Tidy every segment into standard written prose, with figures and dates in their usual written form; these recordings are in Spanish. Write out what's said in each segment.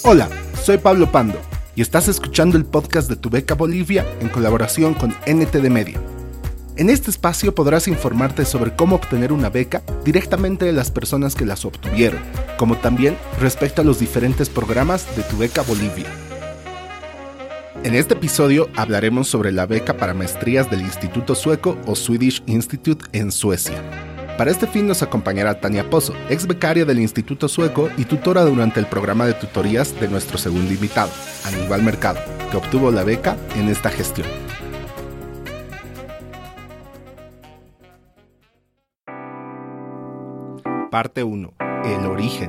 Hola, soy Pablo Pando y estás escuchando el podcast de Tu Beca Bolivia en colaboración con NTD Media. En este espacio podrás informarte sobre cómo obtener una beca directamente de las personas que las obtuvieron, como también respecto a los diferentes programas de Tu Beca Bolivia. En este episodio hablaremos sobre la beca para maestrías del Instituto Sueco o Swedish Institute en Suecia. Para este fin nos acompañará Tania Pozo, ex becaria del Instituto Sueco y tutora durante el programa de tutorías de nuestro segundo invitado, Aníbal Mercado, que obtuvo la beca en esta gestión. Parte 1. El origen.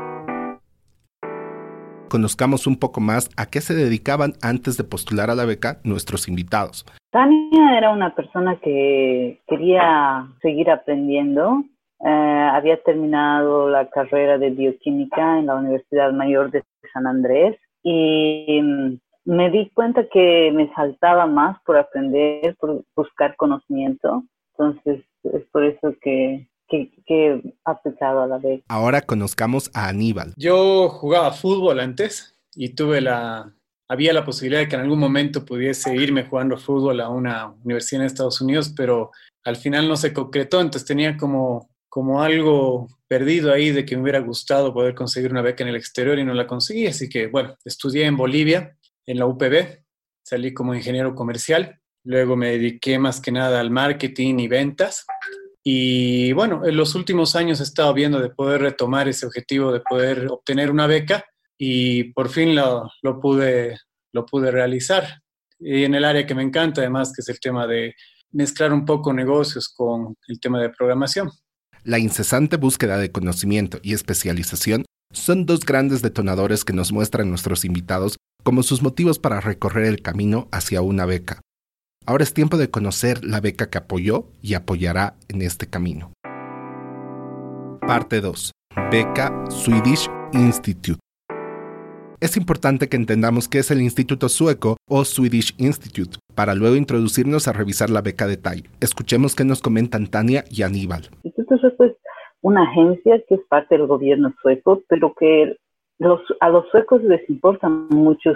Conozcamos un poco más a qué se dedicaban antes de postular a la beca nuestros invitados. Tania era una persona que quería seguir aprendiendo. Había terminado la carrera de bioquímica en la Universidad Mayor de San Andrés y me di cuenta que me faltaba más por aprender, por buscar conocimiento. Entonces es por eso que he aplicado a la beca. Ahora conozcamos a Aníbal. Yo jugaba fútbol antes y había la posibilidad de que en algún momento pudiese irme jugando fútbol a una universidad en Estados Unidos, pero al final no se concretó, entonces tenía como algo perdido ahí de que me hubiera gustado poder conseguir una beca en el exterior y no la conseguí, así que bueno, estudié en Bolivia, en la UPB, salí como ingeniero comercial, luego me dediqué más que nada al marketing y ventas. Y bueno, en los últimos años he estado viendo de poder retomar ese objetivo de poder obtener una beca y por fin lo pude realizar. Y en el área que me encanta, además, que es el tema de mezclar un poco negocios con el tema de programación. La incesante búsqueda de conocimiento y especialización son dos grandes detonadores que nos muestran nuestros invitados como sus motivos para recorrer el camino hacia una beca. Ahora es tiempo de conocer la beca que apoyó y apoyará en este camino. Parte 2. Beca Swedish Institute. Es importante que entendamos qué es el Instituto Sueco o Swedish Institute, para luego introducirnos a revisar la beca a detalle. Escuchemos qué nos comentan Tania y Aníbal. El Instituto Sueco es una agencia que es parte del gobierno sueco, pero que a los suecos les importa mucho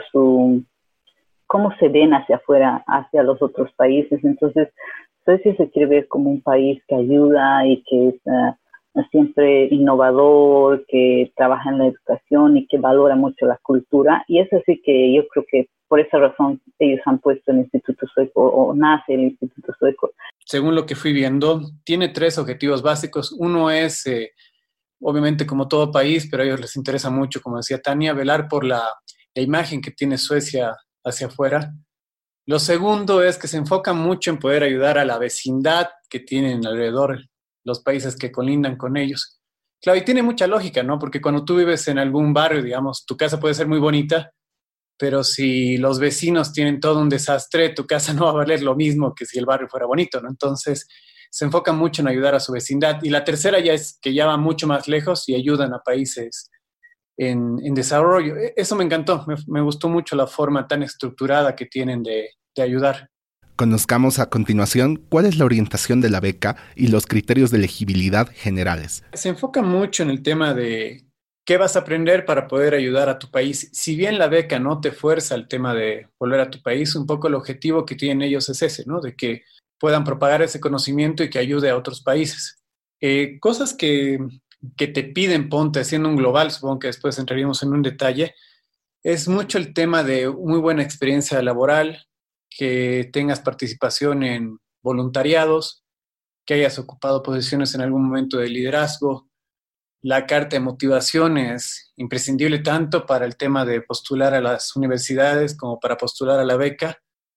cómo se ven hacia afuera, hacia los otros países. Entonces, Suecia se quiere ver como un país que ayuda y que es siempre innovador, que trabaja en la educación y que valora mucho la cultura. Y es así que yo creo que por esa razón ellos han puesto el Instituto Sueco o nace el Instituto Sueco. Según lo que fui viendo, tiene 3 objetivos básicos. Uno es, obviamente como todo país, pero a ellos les interesa mucho, como decía Tania, velar por la imagen que tiene Suecia hacia afuera. Lo segundo es que se enfoca mucho en poder ayudar a la vecindad que tienen alrededor, los países que colindan con ellos. Claro, y tiene mucha lógica, ¿no? Porque cuando tú vives en algún barrio, digamos, tu casa puede ser muy bonita, pero si los vecinos tienen todo un desastre, tu casa no va a valer lo mismo que si el barrio fuera bonito, ¿no? Entonces, se enfoca mucho en ayudar a su vecindad. Y la tercera ya es que ya va mucho más lejos y ayudan a países en desarrollo. Eso me encantó, me gustó mucho la forma tan estructurada que tienen de ayudar. Conozcamos a continuación cuál es la orientación de la beca y los criterios de elegibilidad generales. Se enfoca mucho en el tema de qué vas a aprender para poder ayudar a tu país. Si bien la beca no te fuerza al tema de volver a tu país, un poco el objetivo que tienen ellos es ese, ¿no? De que puedan propagar ese conocimiento y que ayude a otros países. Cosas que te piden, ponte, haciendo un global, supongo que después entraríamos en un detalle, es mucho el tema de muy buena experiencia laboral, que tengas participación en voluntariados, que hayas ocupado posiciones en algún momento de liderazgo. La carta de motivación es imprescindible tanto para el tema de postular a las universidades como para postular a la beca,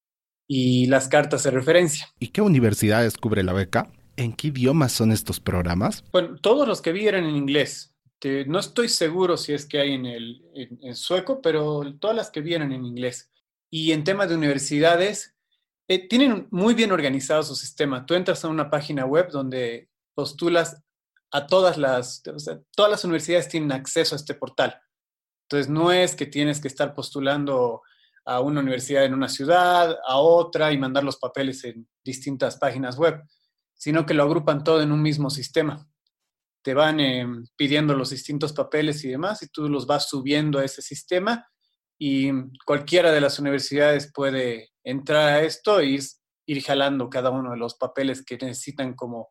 y las cartas de referencia. ¿Y qué universidades cubre la beca? ¿En qué idiomas son estos programas? Bueno, todos los que vi eran en inglés. No estoy seguro si es que hay en sueco, pero todas las que vi eran en inglés. Y en tema de universidades, tienen muy bien organizado su sistema. Tú entras a una página web donde postulas a todas las universidades tienen acceso a este portal. Entonces, no es que tienes que estar postulando a una universidad en una ciudad, a otra y mandar los papeles en distintas páginas web, sino que lo agrupan todo en un mismo sistema. te van pidiendo los distintos papeles y demás, y tú los vas subiendo a ese sistema, y cualquiera de las universidades puede entrar a esto e ir jalando cada uno de los papeles que necesitan como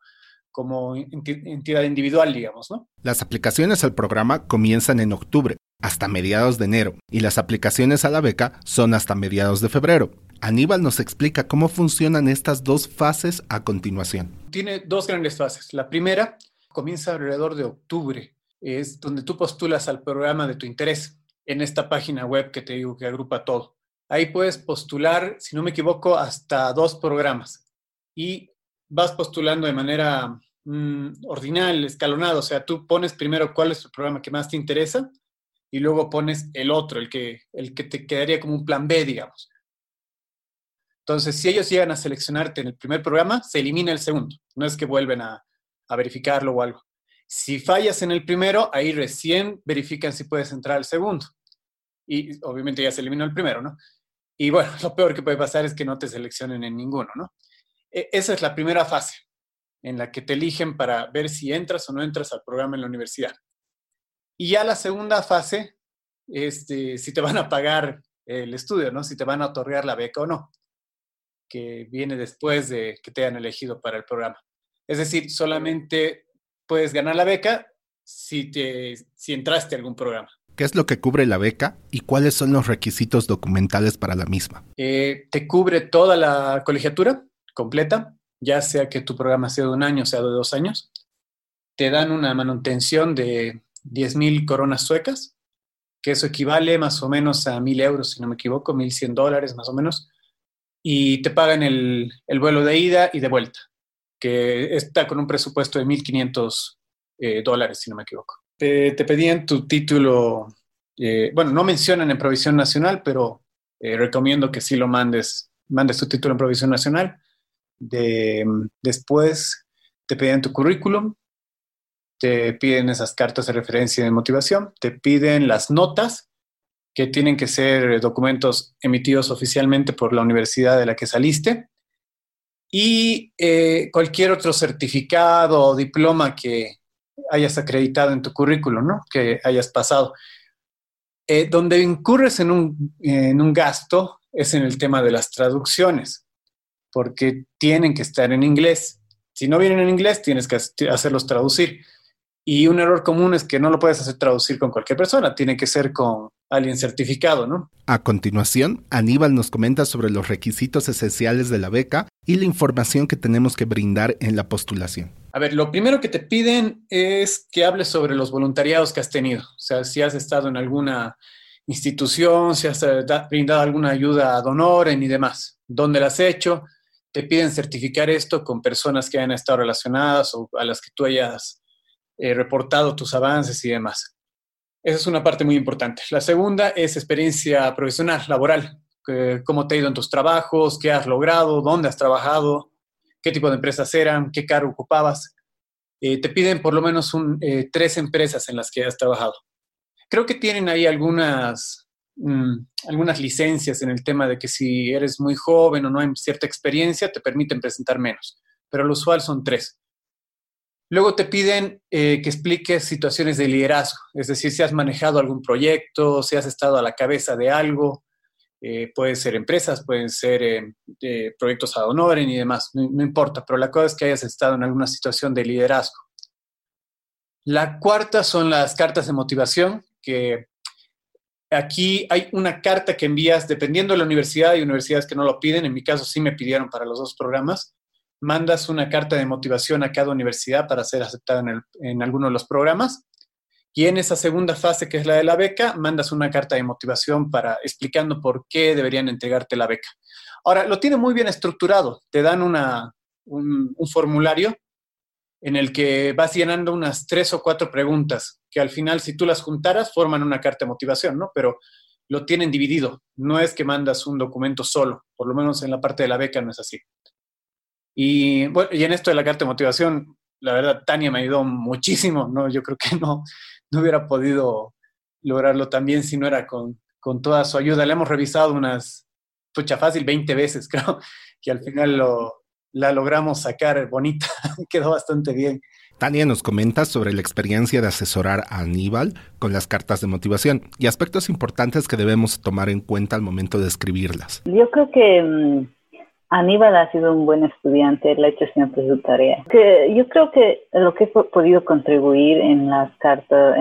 entidad individual, digamos, ¿no? Las aplicaciones al programa comienzan en octubre, hasta mediados de enero, y las aplicaciones a la beca son hasta mediados de febrero. Aníbal nos explica cómo funcionan estas dos fases a continuación. Tiene dos grandes fases. La primera comienza alrededor de octubre, es donde tú postulas al programa de tu interés en esta página web que te digo que agrupa todo. Ahí puedes postular, si no me equivoco, hasta 2 programas y vas postulando de manera ordinal, escalonada. O sea, tú pones primero cuál es el programa que más te interesa y luego pones el otro, el que te quedaría como un plan B, digamos. Entonces, si ellos llegan a seleccionarte en el primer programa, se elimina el segundo. No es que vuelven a verificarlo o algo. Si fallas en el primero, ahí recién verifican si puedes entrar al segundo. Y obviamente ya se eliminó el primero, ¿no? Y bueno, lo peor que puede pasar es que no te seleccionen en ninguno, ¿no? Esa es la primera fase en la que te eligen para ver si entras o no entras al programa en la universidad. Y ya la segunda fase es si te van a pagar el estudio, ¿no? Si te van a otorgar la beca o no, que viene después de que te hayan elegido para el programa. Es decir, solamente puedes ganar la beca si entraste a algún programa. ¿Qué es lo que cubre la beca y cuáles son los requisitos documentales para la misma? Te cubre toda la colegiatura completa, ya sea que tu programa sea de 1 año o sea de 2 años. Te dan una manutención de 10,000 coronas suecas, que eso equivale más o menos a 1,000 euros, si no me equivoco, $1,100 más o menos. Y te pagan el vuelo de ida y de vuelta, que está con un presupuesto de $1,500, si no me equivoco. Te pedían tu título, bueno, no mencionan en Provisión Nacional, pero recomiendo que sí lo mandes tu título en Provisión Nacional. Después te pedían tu currículum, te piden esas cartas de referencia y de motivación, te piden las notas, que tienen que ser documentos emitidos oficialmente por la universidad de la que saliste, y cualquier otro certificado o diploma que hayas acreditado en tu currículum, ¿no? Que hayas pasado. Donde incurres en un gasto es en el tema de las traducciones, porque tienen que estar en inglés. Si no vienen en inglés, tienes que hacerlos traducir. Y un error común es que no lo puedes hacer traducir con cualquier persona, tiene que ser con alguien certificado, ¿no? A continuación, Aníbal nos comenta sobre los requisitos esenciales de la beca y la información que tenemos que brindar en la postulación. A ver, lo primero que te piden es que hables sobre los voluntariados que has tenido. O sea, si has estado en alguna institución, si has brindado alguna ayuda ad honorem y demás. ¿Dónde la has hecho? Te piden certificar esto con personas que hayan estado relacionadas o a las que tú hayas reportado tus avances y demás. Esa es una parte muy importante. La segunda es experiencia profesional, laboral. ¿Cómo te ha ido en tus trabajos? ¿Qué has logrado? ¿Dónde has trabajado? ¿Qué tipo de empresas eran? ¿Qué cargo ocupabas? Te piden por lo menos 3 empresas en las que has trabajado. Creo que tienen ahí algunas licencias en el tema de que si eres muy joven o no hay cierta experiencia, te permiten presentar menos. Pero lo usual son 3. Luego te piden que expliques situaciones de liderazgo, es decir, si has manejado algún proyecto, si has estado a la cabeza de algo, pueden ser empresas, pueden ser proyectos ad honorem y demás, no importa, pero la cosa es que hayas estado en alguna situación de liderazgo. La cuarta son las cartas de motivación, que aquí hay una carta que envías, dependiendo de la universidad, hay universidades que no lo piden, en mi caso sí me pidieron para los 2 programas. Mandas una carta de motivación a cada universidad para ser aceptada en alguno de los programas. Y en esa segunda fase, que es la de la beca, mandas una carta de motivación explicando por qué deberían entregarte la beca. Ahora, lo tiene muy bien estructurado. Te dan un formulario en el que vas llenando unas 3 o 4 preguntas, que al final, si tú las juntaras, forman una carta de motivación, ¿no? Pero lo tienen dividido. No es que mandas un documento solo. Por lo menos en la parte de la beca no es así. Y bueno, y en esto de la carta de motivación, la verdad, Tania me ayudó muchísimo, ¿no? Yo creo que no hubiera podido lograrlo también si no era con toda su ayuda. La hemos revisado fácil 20 veces, creo, y al final la logramos sacar bonita, quedó bastante bien. Tania nos comenta sobre la experiencia de asesorar a Aníbal con las cartas de motivación y aspectos importantes que debemos tomar en cuenta al momento de escribirlas. Yo creo que Aníbal ha sido un buen estudiante, él ha hecho siempre su tarea. Yo creo que lo que he podido contribuir en la carta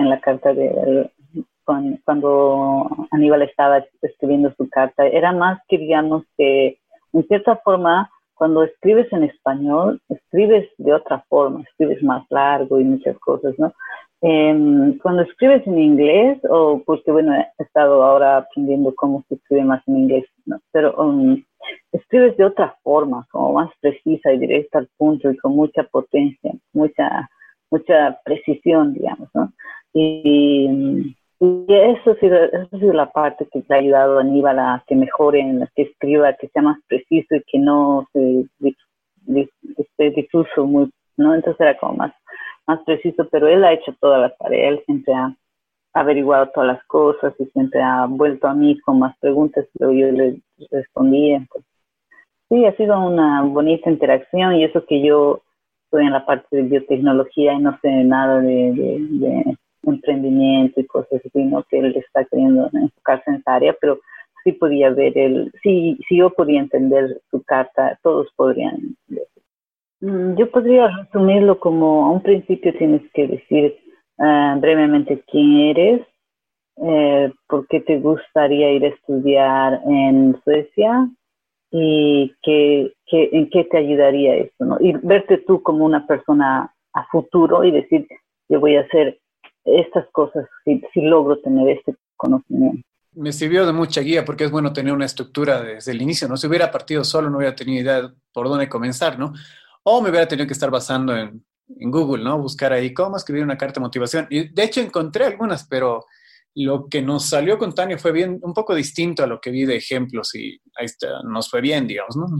cuando Aníbal estaba escribiendo su carta, era más que, digamos, que en cierta forma, cuando escribes en español, escribes de otra forma, escribes más largo y muchas cosas, ¿no? Cuando escribes en inglés, o porque, bueno, he estado ahora aprendiendo cómo se escribe más en inglés, ¿no? Pero escribes de otra forma, como más precisa y directa al punto y con mucha potencia, mucha precisión, digamos, ¿no? Y eso ha sido la parte que le ha ayudado a Aníbal a que mejore, en la que escriba, que sea más preciso y que no se difuso muy, ¿no? Entonces era como más preciso, pero él ha hecho toda la tarea, él siempre ha averiguado todas las cosas y siempre ha vuelto a mí con más preguntas, pero yo le respondía. Pues, sí, ha sido una bonita interacción, y eso que yo estoy en la parte de biotecnología y no sé nada de emprendimiento y cosas así, ¿no? Que él está queriendo enfocarse en esa área, pero sí podía ver si yo podía entender su carta, todos podrían. Yo podría resumirlo como: a un principio tienes que decir brevemente quién eres, por qué te gustaría ir a estudiar en Suecia y en qué te ayudaría eso, ¿no? Y verte tú como una persona a futuro y decir: yo voy a hacer estas cosas si logro tener este conocimiento. Me sirvió de mucha guía, porque es bueno tener una estructura desde el inicio, ¿no? Si hubiera partido solo, no hubiera tenido idea por dónde comenzar, ¿no? O me hubiera tenido que estar basando en Google, ¿no? Buscar ahí cómo escribir una carta de motivación. Y de hecho encontré algunas, pero lo que nos salió con Tania fue bien, un poco distinto a lo que vi de ejemplos, y ahí está, nos fue bien, digamos, ¿no?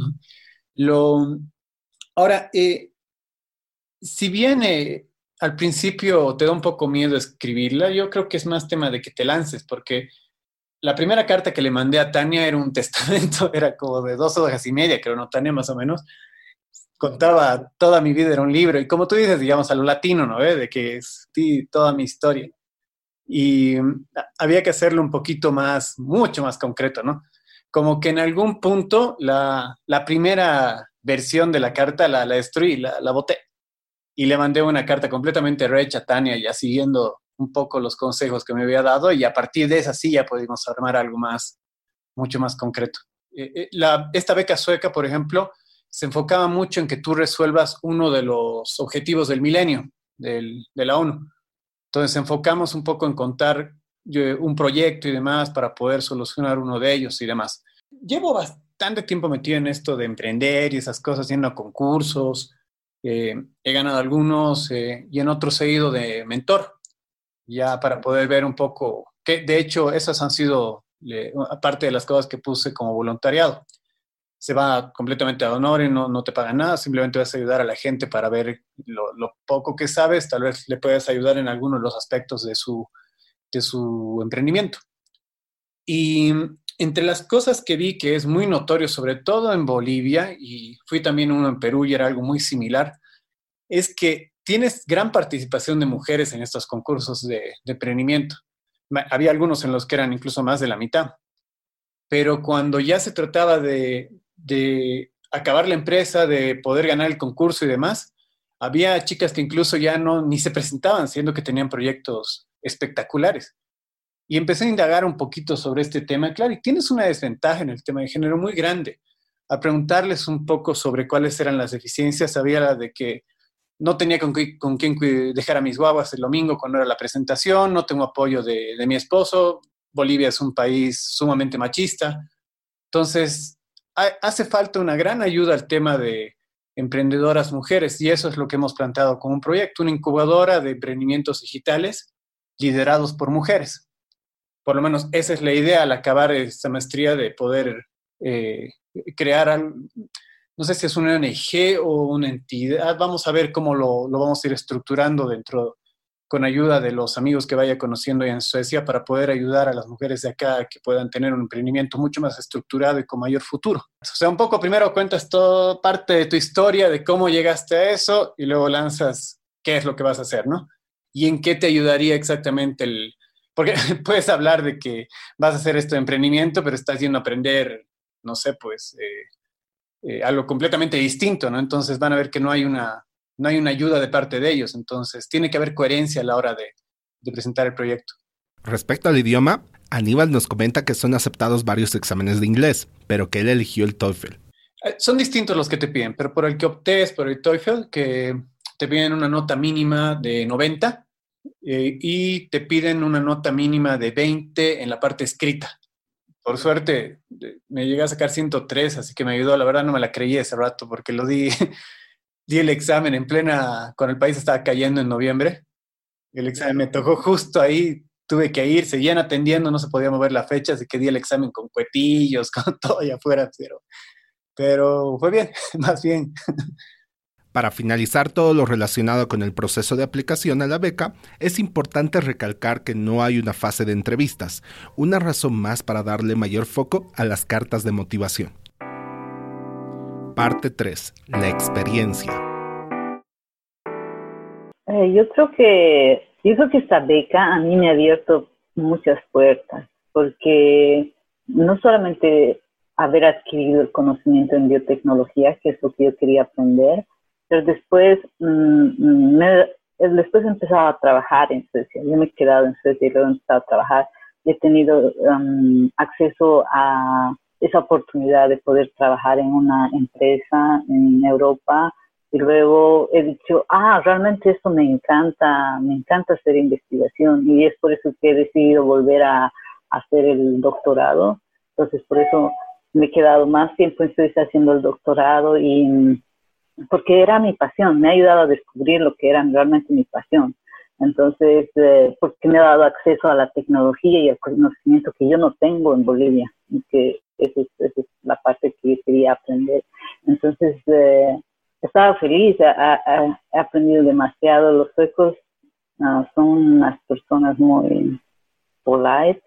Ahora, si bien al principio te da un poco miedo escribirla, yo creo que es más tema de que te lances, porque la primera carta que le mandé a Tania era un testamento, era como de 2 hojas y media, creo, no, Tania, más o menos. Contaba toda mi vida, era un libro, y como tú dices, digamos, a lo latino, ¿no? De que es toda mi historia. Y había que hacerlo un poquito más, mucho más concreto, ¿no? Como que en algún punto la primera versión de la carta la destruí, la boté. Y le mandé una carta completamente recha a Tania, ya siguiendo un poco los consejos que me había dado, y a partir de esa sí ya pudimos armar algo más, mucho más concreto. Esta beca sueca, por ejemplo, se enfocaba mucho en que tú resuelvas uno de los objetivos del milenio de la ONU. Entonces enfocamos un poco en contar un proyecto y demás para poder solucionar uno de ellos y demás. Llevo bastante tiempo metido en esto de emprender y esas cosas, yendo a concursos. He ganado algunos y en otros he ido de mentor, ya para poder ver un poco, que de hecho esas han sido parte de las cosas que puse como voluntariado. Se va completamente a honor y no te pagan nada, simplemente vas a ayudar a la gente para ver lo poco que sabes, tal vez le puedas ayudar en algunos de los aspectos de su emprendimiento. Y entre las cosas que vi que es muy notorio, sobre todo en Bolivia, y fui también uno en Perú y era algo muy similar, es que tienes gran participación de mujeres en estos concursos de emprendimiento. Había algunos en los que eran incluso más de la mitad. Pero cuando ya se trataba de acabar la empresa, de poder ganar el concurso y demás, había chicas que incluso ya ni se presentaban, siendo que tenían proyectos espectaculares. Y empecé a indagar un poquito sobre este tema. Claro, y tienes una desventaja en el tema de género muy grande. A preguntarles un poco sobre cuáles eran las deficiencias, había la de que no tenía con quién dejar a mis guaguas el domingo cuando era la presentación, no tengo apoyo de mi esposo, Bolivia es un país sumamente machista. Entonces, hace falta una gran ayuda al tema de emprendedoras mujeres, y eso es lo que hemos planteado como un proyecto, una incubadora de emprendimientos digitales liderados por mujeres. Por lo menos esa es la idea al acabar esta maestría, de poder crear, no sé si es una ONG o una entidad, vamos a ver cómo lo vamos a ir estructurando dentro, con ayuda de los amigos que vaya conociendo ya en Suecia para poder ayudar a las mujeres de acá a que puedan tener un emprendimiento mucho más estructurado y con mayor futuro. O sea, un poco primero cuentas todo parte de tu historia, de cómo llegaste a eso y luego lanzas qué es lo que vas a hacer, ¿no? Y en qué te ayudaría exactamente porque puedes hablar de que vas a hacer esto de emprendimiento, pero estás yendo a aprender, no sé, pues algo completamente distinto, ¿no? Entonces van a ver que no hay una ayuda de parte de ellos, entonces tiene que haber coherencia a la hora de presentar el proyecto. Respecto al idioma, Aníbal nos comenta que son aceptados varios exámenes de inglés, pero que él eligió el TOEFL. Son distintos los que te piden, pero por el que optes, por el TOEFL, que te piden una nota mínima de 90 y te piden una nota mínima de 20 en la parte escrita. Por suerte, me llegué a sacar 103, así que me ayudó. La verdad no me la creí ese rato porque di el examen cuando el país estaba cayendo en noviembre. El examen me tocó justo ahí, tuve que ir, seguían atendiendo, no se podía mover la fecha, así que di el examen con cuetillos, con todo allá afuera, pero fue bien, más bien. Para finalizar todo lo relacionado con el proceso de aplicación a la beca, es importante recalcar que no hay una fase de entrevistas, una razón más para darle mayor foco a las cartas de motivación. Parte 3. La experiencia. Yo creo que esta beca a mí me ha abierto muchas puertas, porque no solamente haber adquirido el conocimiento en biotecnología, que es lo que yo quería aprender, pero después he empezado a trabajar en Suecia. Yo me he quedado en Suecia y luego he empezado a trabajar. He tenido acceso a esa oportunidad de poder trabajar en una empresa en Europa. Y luego he dicho, realmente esto me encanta hacer investigación. Y es por eso que he decidido volver a hacer el doctorado. Entonces, por eso me he quedado más tiempo en Suecia haciendo el doctorado porque era mi pasión. Me ha ayudado a descubrir lo que era realmente mi pasión. Entonces, porque me ha dado acceso a la tecnología y al conocimiento que yo no tengo en Bolivia. Y que esa es la parte que yo quería aprender. Entonces, estaba feliz, he aprendido demasiado. Los suecos son unas personas muy polite.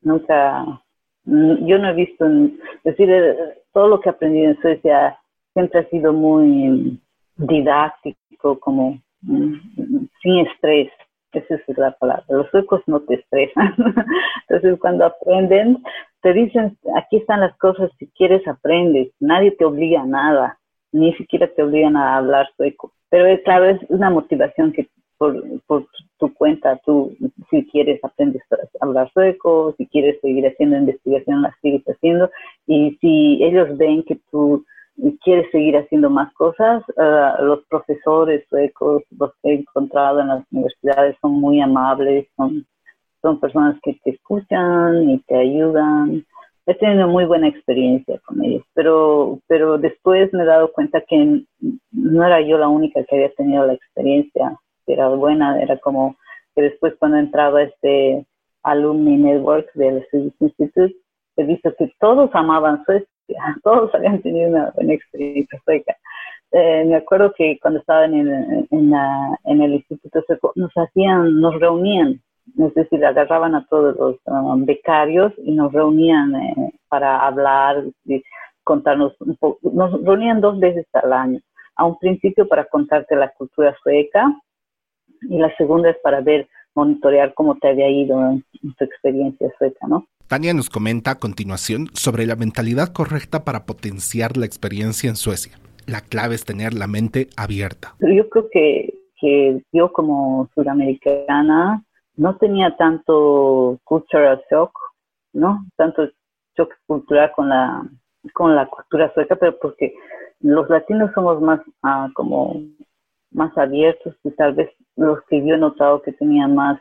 Yo no he visto, todo lo que he aprendido en Suecia siempre ha sido muy didáctico, como sin estrés. Esa es la palabra. Los suecos no te estresan. Entonces, cuando aprenden, te dicen, aquí están las cosas, si quieres aprendes. Nadie te obliga a nada. Ni siquiera te obligan a hablar sueco. Pero claro, es una motivación que por tu cuenta, tú si quieres aprendes a hablar sueco, si quieres seguir haciendo investigación, la sigues haciendo. Y si ellos ven que tú quieres seguir haciendo más cosas, los profesores suecos, los que he encontrado en las universidades, son muy amables, son personas que te escuchan y te ayudan. He tenido muy buena experiencia con ellos, pero después me he dado cuenta que no era yo la única que había tenido la experiencia que era buena. Era como que después, cuando entraba a este Alumni Network del Swedish Institute, he visto que todos amaban Suecia, todos habían tenido una buena experiencia sueca. Me acuerdo que cuando estaba en el Instituto Sueco, nos reunían. Es decir, agarraban a todos los becarios y nos reunían para hablar y contarnos un poco. Nos reunían 2 veces al año. A un principio para contarte la cultura sueca y la segunda es para monitorear cómo te había ido en tu experiencia sueca, ¿no? Tania nos comenta a continuación sobre la mentalidad correcta para potenciar la experiencia en Suecia. La clave es tener la mente abierta. Yo creo que yo como sudamericana no tenía tanto cultural shock, ¿no? Tanto shock cultural con la cultura sueca, pero porque los latinos somos más más abiertos, y tal vez los que yo he notado que tenían más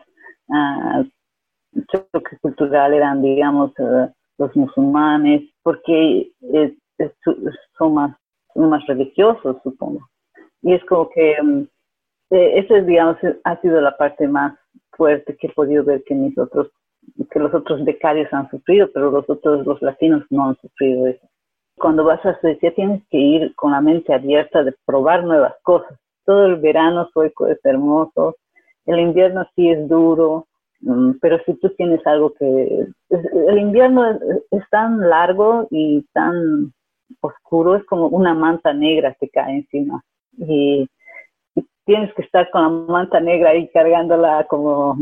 choque cultural eran, digamos, los musulmanes, porque son más religiosos, supongo. Y es como que esa es, digamos, ha sido la parte más fuerte que he podido ver que los otros becarios han sufrido, pero los latinos no han sufrido eso. Cuando vas a Suecia tienes que ir con la mente abierta de probar nuevas cosas. Todo el verano sueco es hermoso El invierno sí es duro, pero si tú tienes algo el invierno es tan largo y tan oscuro, es como una manta negra que cae encima. Y tienes que estar con la manta negra ahí cargándola como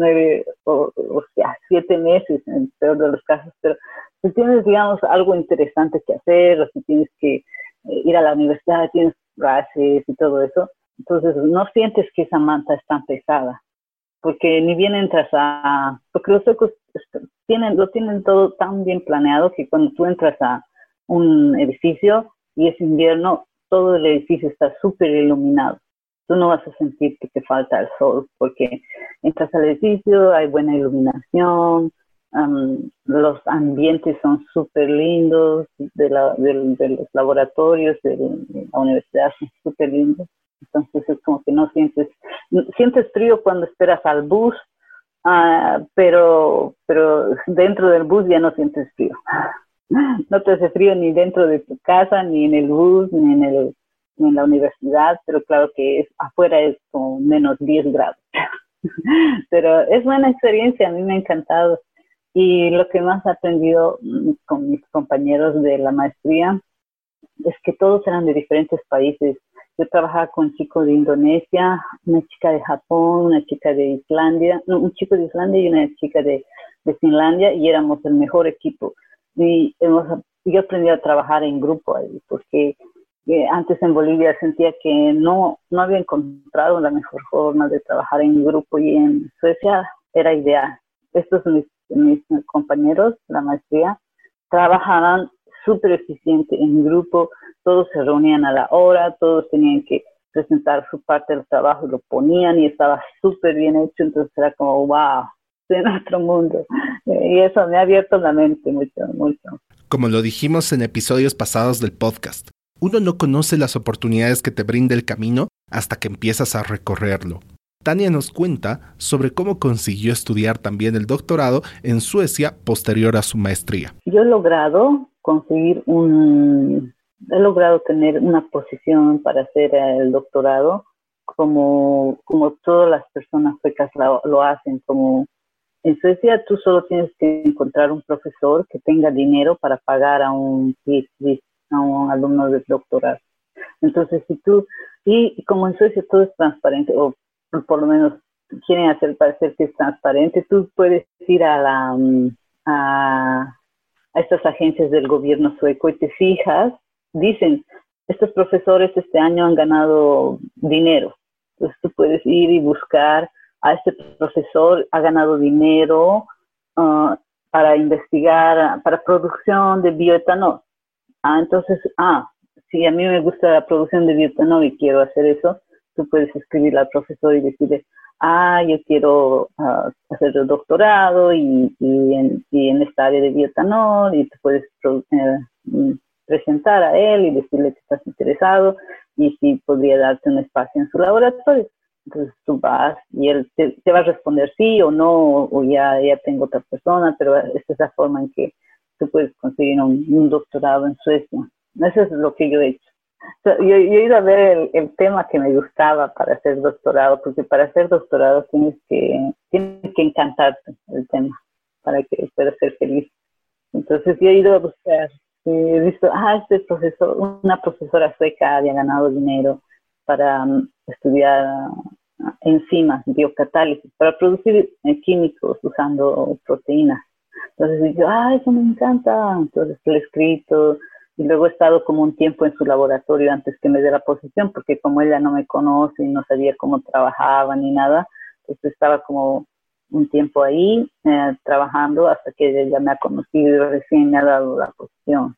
7 meses en el peor de los casos. Pero si tienes, digamos, algo interesante que hacer, o si tienes que ir a la universidad, tienes clases y todo eso, entonces no sientes que esa manta es tan pesada, porque ni bien entras porque los suecos lo tienen todo tan bien planeado que cuando tú entras a un edificio y es invierno, todo el edificio está súper iluminado. Tú no vas a sentir que te falta el sol, porque entras al edificio, hay buena iluminación, los ambientes son súper lindos, de los laboratorios de la universidad son súper lindos. Entonces es como que no sientes frío cuando esperas al bus, pero dentro del bus ya no sientes frío. No te hace frío ni dentro de tu casa, ni en el bus, ni en la universidad, pero claro que afuera es como menos 10 grados. Pero es buena experiencia, a mí me ha encantado. Y lo que más he aprendido con mis compañeros de la maestría es que todos eran de diferentes países. Yo trabajaba con un chico de Indonesia, una chica de Japón, una chica de Islandia, un chico de Islandia y una chica de Finlandia, y éramos el mejor equipo. Y yo aprendí a trabajar en grupo ahí, porque antes en Bolivia sentía que no había encontrado la mejor forma de trabajar en grupo, y en Suecia era ideal. Estos mis compañeros de la maestría trabajaban súper eficiente en grupo, todos se reunían a la hora, todos tenían que presentar su parte del trabajo y lo ponían y estaba súper bien hecho, entonces era como wow, estoy en otro mundo. Y eso me ha abierto la mente mucho, mucho. Como lo dijimos en episodios pasados del podcast, uno no conoce las oportunidades que te brinda el camino hasta que empiezas a recorrerlo. Tania nos cuenta sobre cómo consiguió estudiar también el doctorado en Suecia posterior a su maestría. Yo he logrado tener una posición para hacer el doctorado como todas las personas suecas lo hacen. Como en Suecia tú solo tienes que encontrar un profesor que tenga dinero para pagar a un PhD, a un alumno de doctorado. Entonces y como en Suecia todo es transparente, o por lo menos quieren hacer parecer que es transparente, tú puedes ir a estas agencias del gobierno sueco y te fijas, dicen, estos profesores este año han ganado dinero. Entonces tú puedes ir y buscar a este profesor, ha ganado dinero para investigar, para producción de bioetanol. Entonces, si a mí me gusta la producción de bioetanol y quiero hacer eso, tú puedes escribirle al profesor y decirle, yo quiero hacer el doctorado y en esta área de bioetanol, y te puedes presentar a él y decirle que estás interesado y si podría darte un espacio en su laboratorio. Entonces tú vas y él te va a responder sí o no, o ya tengo otra persona, pero esta es la forma en que tú puedes conseguir un doctorado en Suecia. Eso es lo que yo he hecho. Yo he ido a ver el tema que me gustaba para hacer doctorado, porque para hacer doctorado tienes que encantarte el tema para que puedas ser feliz. Entonces yo he ido a buscar, y he visto, una profesora sueca había ganado dinero para estudiar enzimas, biocatálisis, para producir químicos usando proteínas. Entonces yo, eso me encanta. Entonces lo he escrito. Y luego he estado como un tiempo en su laboratorio antes que me dé la posición, porque como ella no me conoce y no sabía cómo trabajaba ni nada, pues estaba como un tiempo ahí trabajando hasta que ella ya me ha conocido y recién me ha dado la posición.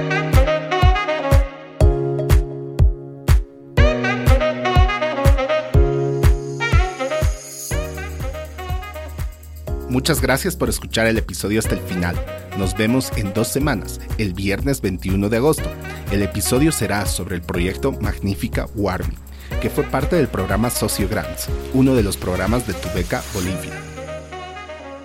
Muchas gracias por escuchar el episodio hasta el final. Nos vemos en 2 semanas, el viernes 21 de agosto. El episodio será sobre el proyecto Magnífica Warmi, que fue parte del programa Socio Grants, uno de los programas de Tu Beca Bolivia.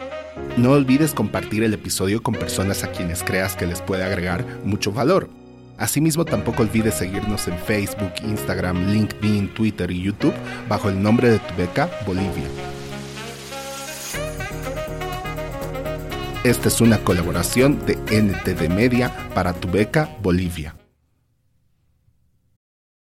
No olvides compartir el episodio con personas a quienes creas que les puede agregar mucho valor. Asimismo, tampoco olvides seguirnos en Facebook, Instagram, LinkedIn, Twitter y YouTube bajo el nombre de Tu Beca Bolivia. Esta es una colaboración de NTD Media para Tu Beca Bolivia.